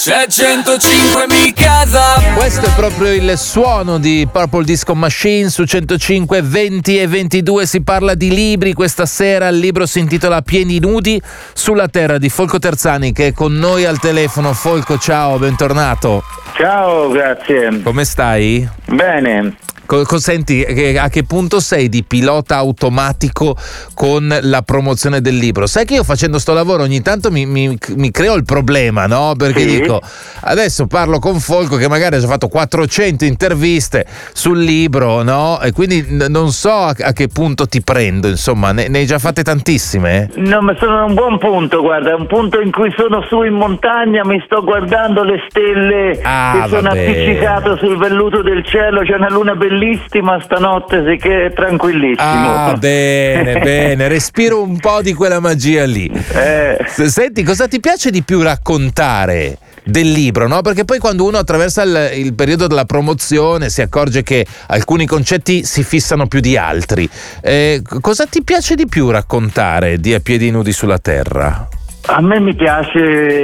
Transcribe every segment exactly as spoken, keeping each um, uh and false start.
C'è centocinque mi casa. Questo è proprio il suono di Purple Disco Machine su centocinque, venti e ventidue. Si parla di libri questa sera. Il libro si intitola Piedi nudi sulla terra di Folco Terzani, che è con noi al telefono. Folco, ciao, bentornato. Ciao, grazie. Come stai? Bene. Co- co- senti, a che punto sei di pilota automatico con la promozione del libro? Sai che io facendo sto lavoro ogni tanto mi, mi, mi creo il problema, no? Perché sì. dico, adesso parlo con Folco che magari ha già fatto quattrocento interviste sul libro, no? E quindi n- non so a, a che punto ti prendo, insomma, ne, ne hai già fatte tantissime? No, ma sono a un buon punto, guarda, un punto in cui sono su in montagna, mi sto guardando le stelle ah, che sono vabbè. appiccicato sul velluto del cielo, c'è una luna bellissima stanotte, sì, che è tranquillissimo. Ah, bene, bene, respiro un po' di quella magia lì. Eh. Senti, cosa ti piace di più raccontare del libro, no? Perché poi quando uno attraversa il, il periodo della promozione si accorge che alcuni concetti si fissano più di altri. Eh, cosa ti piace di più raccontare di A piedi nudi sulla terra? A me mi piace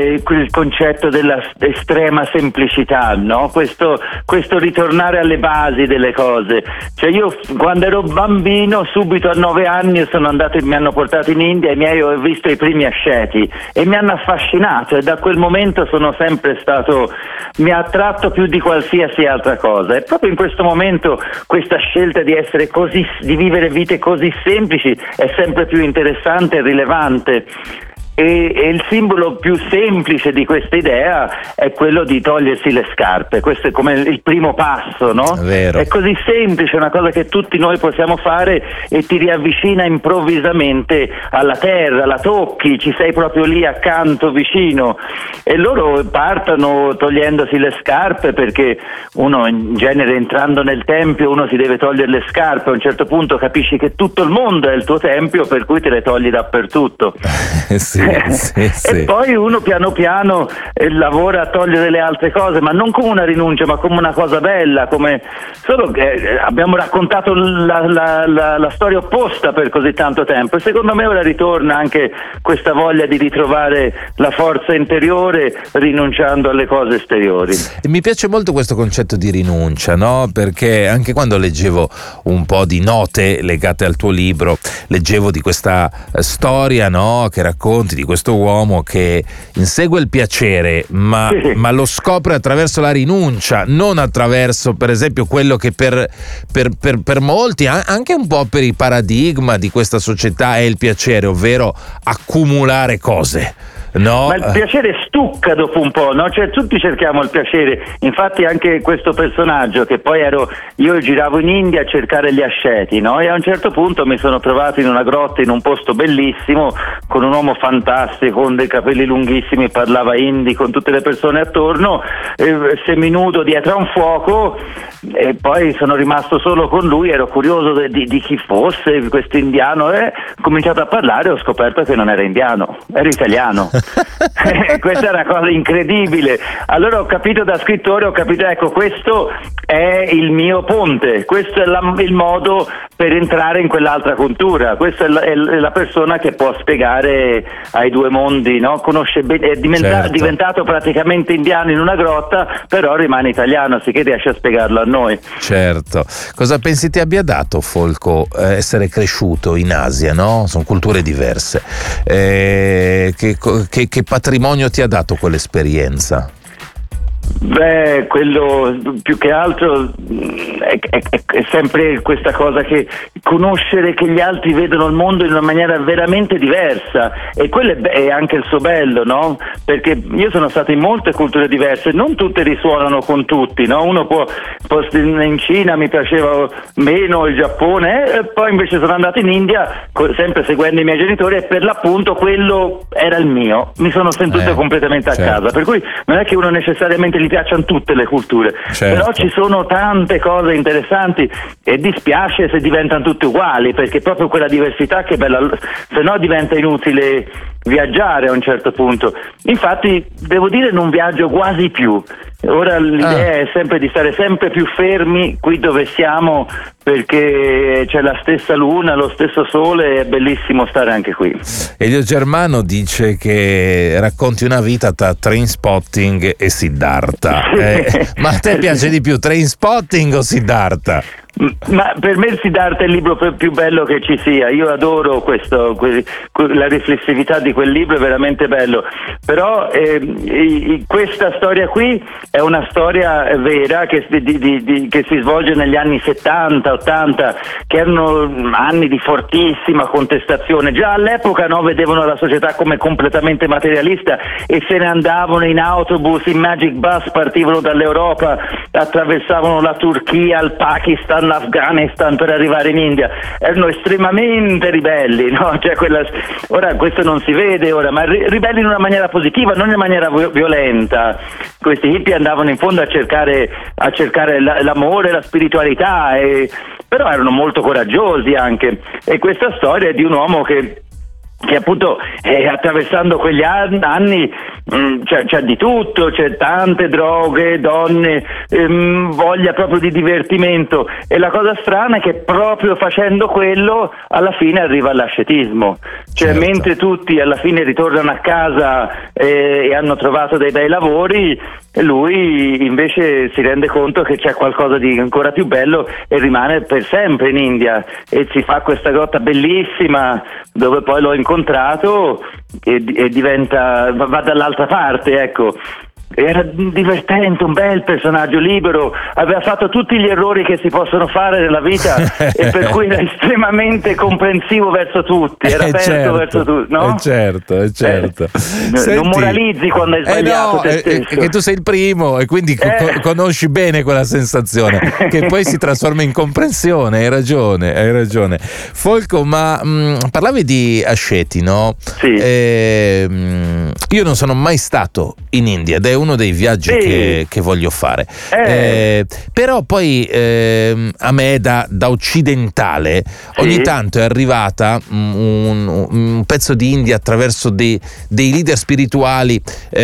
il concetto della estrema semplicità, no? Questo, questo ritornare alle basi delle cose. Cioè io quando ero bambino, subito a nove anni sono andato, mi hanno portato in India, i miei ho visto i primi asceti e mi hanno affascinato, e da quel momento sono sempre stato, mi ha attratto più di qualsiasi altra cosa. E proprio in questo momento questa scelta di essere così, di vivere vite così semplici è sempre più interessante e rilevante. E, e il simbolo più semplice di questa idea è quello di togliersi le scarpe. Questo è come il primo passo, no? Vero. È così semplice, è una cosa che tutti noi possiamo fare e ti riavvicina improvvisamente alla terra, la tocchi, ci sei proprio lì accanto, vicino. E loro partono togliendosi le scarpe, perché uno in genere entrando nel tempio uno si deve togliere le scarpe, a un certo punto capisci che tutto il mondo è il tuo tempio, per cui te le togli dappertutto. sì. Sì, sì. E poi uno piano piano eh, lavora a togliere le altre cose, ma non come una rinuncia, ma come una cosa bella, come solo che eh, abbiamo raccontato la, la, la, la storia opposta per così tanto tempo, e secondo me ora ritorna anche questa voglia di ritrovare la forza interiore rinunciando alle cose esteriori. E mi piace molto questo concetto di rinuncia, no? Perché anche quando leggevo un po' di note legate al tuo libro, leggevo di questa eh, storia, no? Che racconti di questo uomo che insegue il piacere, ma, sì. ma lo scopre attraverso la rinuncia, non attraverso, per esempio, quello che per, per, per, per molti, anche un po' per il paradigma di questa società, è il piacere, ovvero accumulare cose. No. Ma il piacere stucca dopo un po', no? Cioè tutti cerchiamo il piacere, infatti anche questo personaggio, che poi ero, io giravo in India a cercare gli asceti, no? E a un certo punto mi sono trovato in una grotta, in un posto bellissimo, con un uomo fantastico, con dei capelli lunghissimi, parlava hindi, con tutte le persone attorno, eh, seminudo dietro a un fuoco, e poi sono rimasto solo con lui, ero curioso di, di, di chi fosse questo indiano, e ho cominciato a parlare e ho scoperto che non era indiano, era italiano. Questa è una cosa incredibile. Allora ho capito, da scrittore ho capito, ecco, questo è il mio ponte, questo è la, il modo per entrare in quell'altra cultura, questa è la, è la persona che può spiegare ai due mondi, no? Conosce bene, è diventa, certo. diventato praticamente indiano in una grotta, però rimane italiano, sì, che riesce a spiegarlo a noi. Certo. Cosa pensi ti abbia dato, Folco, eh, essere cresciuto in Asia, no? Sono culture diverse. Eh, che, che, che patrimonio ti ha dato quell'esperienza? Beh, quello più che altro è, è, è sempre questa cosa che conoscere che gli altri vedono il mondo in una maniera veramente diversa, e quello è, è anche il suo bello, no? Perché io sono stato in molte culture diverse, non tutte risuonano con tutti, no? Uno può, può in Cina mi piaceva meno il Giappone, e poi invece sono andato in India sempre seguendo i miei genitori, e per l'appunto quello era il mio, mi sono sentito eh, completamente a certo. casa, per cui non è che uno necessariamente gli piacciono tutte le culture, certo. però ci sono tante cose interessanti, e dispiace se diventano tutte uguali, perché proprio quella diversità che è bella, se no diventa inutile viaggiare a un certo punto. Infatti devo dire non viaggio quasi più, ora l'idea ah. è sempre di stare sempre più fermi qui dove siamo, perché c'è la stessa luna, lo stesso sole, è bellissimo stare anche qui. Elio Germano dice che racconti una vita tra Trainspotting e Siddhartha. Eh, ma a te piace di più Trainspotting o Siddhartha? Ma per me il Siddhartha è il libro più bello che ci sia. Io adoro questo, que, la riflessività di quel libro, è veramente bello. Però eh, questa storia qui è una storia vera che, di, di, di, che si svolge negli anni settanta ottanta, che erano anni di fortissima contestazione. Già all'epoca, no, vedevano la società come completamente materialista e se ne andavano in autobus, in Magic Bus, partivano dall'Europa, attraversavano la Turchia, il Pakistan, l'Afghanistan per arrivare in India. Erano estremamente ribelli, no? Cioè quella, ora questo non si vede ora, ma ri- ribelli in una maniera positiva, non in maniera vi- violenta. Questi hippie andavano in fondo a cercare a cercare l- l'amore, la spiritualità, e, però erano molto coraggiosi anche. E questa storia è di un uomo che che appunto eh, attraversando quegli anni mh, c'è, c'è di tutto, c'è tante droghe, donne, ehm, voglia proprio di divertimento, e la cosa strana è che proprio facendo quello alla fine arriva all'ascetismo, cioè certo. Mentre tutti alla fine ritornano a casa eh, e hanno trovato dei bei lavori, lui invece si rende conto che c'è qualcosa di ancora più bello e rimane per sempre in India e si fa questa grotta bellissima dove poi l'ho incontrato e, e diventa va dall'altra parte, ecco. Era divertente, un bel personaggio, libero, aveva fatto tutti gli errori che si possono fare nella vita e per cui era estremamente comprensivo verso tutti, era eh aperto certo, verso tutti, no? Eh certo, eh certo. Eh, Senti, non moralizzi quando hai sbagliato eh no, te eh, stesso. che tu sei il primo e quindi co- Eh. conosci bene quella sensazione che poi si trasforma in comprensione, hai ragione, hai ragione. Folco, ma mh, parlavi di asceti, no? Sì. Eh, mh, io non sono mai stato in India ed è uno dei viaggi sì. che, che voglio fare, eh. Eh, però poi eh, a me da, da occidentale sì. ogni tanto è arrivata un, un pezzo di India attraverso dei, dei leader spirituali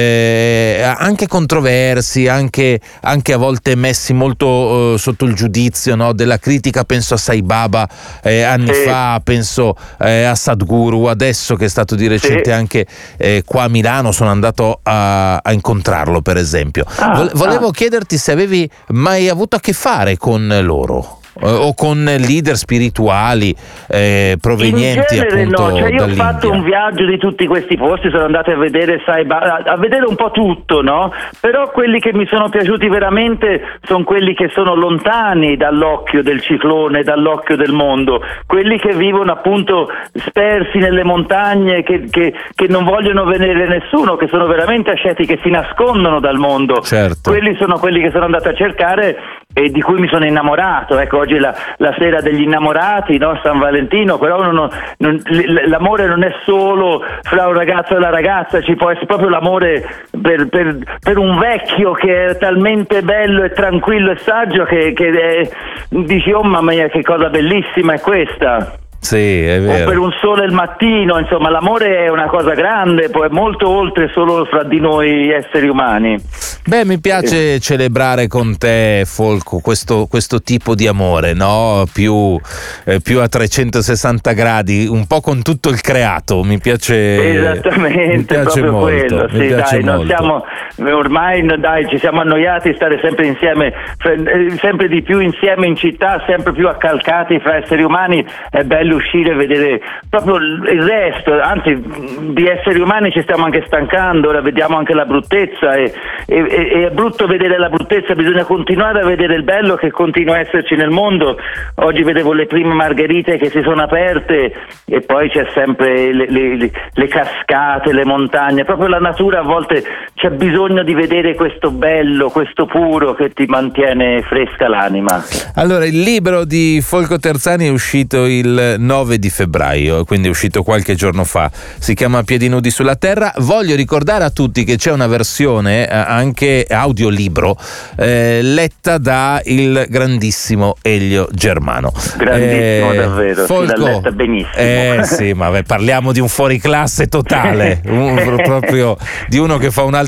eh, anche controversi, anche, anche a volte messi molto eh, sotto il giudizio, no? Della critica. Penso a Sai Baba eh, anni sì. fa, penso eh, a Sadhguru adesso, che è stato di recente sì. anche eh, qua a Milano, sono andato a, a incontrarlo per esempio. Ah, Volevo ah. chiederti se avevi mai avuto a che fare con loro eh, o con leader spirituali eh, provenienti in genere appunto no, cioè io dall'India. ho fatto un viaggio di tutti questi posti, sono andato a vedere Sai Baba, a vedere un po' tutto, no? Però quelli che mi sono piaciuti veramente sono quelli che sono lontani dall'occhio del ciclone, dall'occhio del mondo, quelli che vivono appunto spersi nelle montagne, che, che, che non vogliono vedere nessuno, che sono veramente asceti, che si nascondono dal mondo. Certo. Quelli sono quelli che sono andato a cercare e di cui mi sono innamorato. Ecco, oggi la, la sera degli innamorati, no? San Valentino, però non, non, l'amore non è solo fra un ragazzo e la ragazza, ci può essere proprio l'amore per, per, per un vecchio che è talmente bello e tranquillo e saggio che, che è, dici oh mamma mia che cosa bellissima è questa. Sì, è vero. O per un sole il mattino, insomma l'amore è una cosa grande, poi è molto oltre solo fra di noi esseri umani. Beh, mi piace eh. celebrare con te, Folco, questo, questo tipo di amore, no? Più, eh, più a trecentosessanta gradi, un po' con tutto il creato, mi piace. Esattamente, mi piace proprio molto, quello. Mi sì, piace dai, non siamo, ormai dai, ci siamo annoiati di stare sempre insieme, sempre di più insieme in città, sempre più accalcati fra esseri umani. È bello uscire e vedere proprio il resto, anzi di esseri umani ci stiamo anche stancando, ora vediamo anche la bruttezza e, e, e è brutto vedere la bruttezza, bisogna continuare a vedere il bello che continua a esserci nel mondo. Oggi vedevo le prime margherite che si sono aperte e poi c'è sempre le, le, le cascate, le montagne, proprio la natura a volte c'è bisogno di vedere questo bello, questo puro che ti mantiene fresca l'anima. Allora, il libro di Folco Terzani è uscito il nove di febbraio, quindi è uscito qualche giorno fa, si chiama Piedi nudi sulla terra. Voglio ricordare a tutti che c'è una versione eh, anche audiolibro eh, letta da il grandissimo Elio Germano. Grandissimo, eh, davvero, Folco, sì, l'ha letta benissimo. Eh sì, ma beh, parliamo di un fuoriclasse totale, un, proprio di uno che fa un altro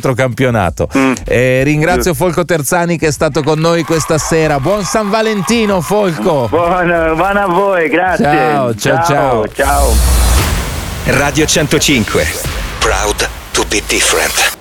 altro campionato. Mm. Eh, ringrazio Folco Terzani che è stato con noi questa sera. Buon San Valentino, Folco. Buona, buona a voi, grazie. Ciao, ciao, ciao. Ciao. Radio centocinque. Proud to be different.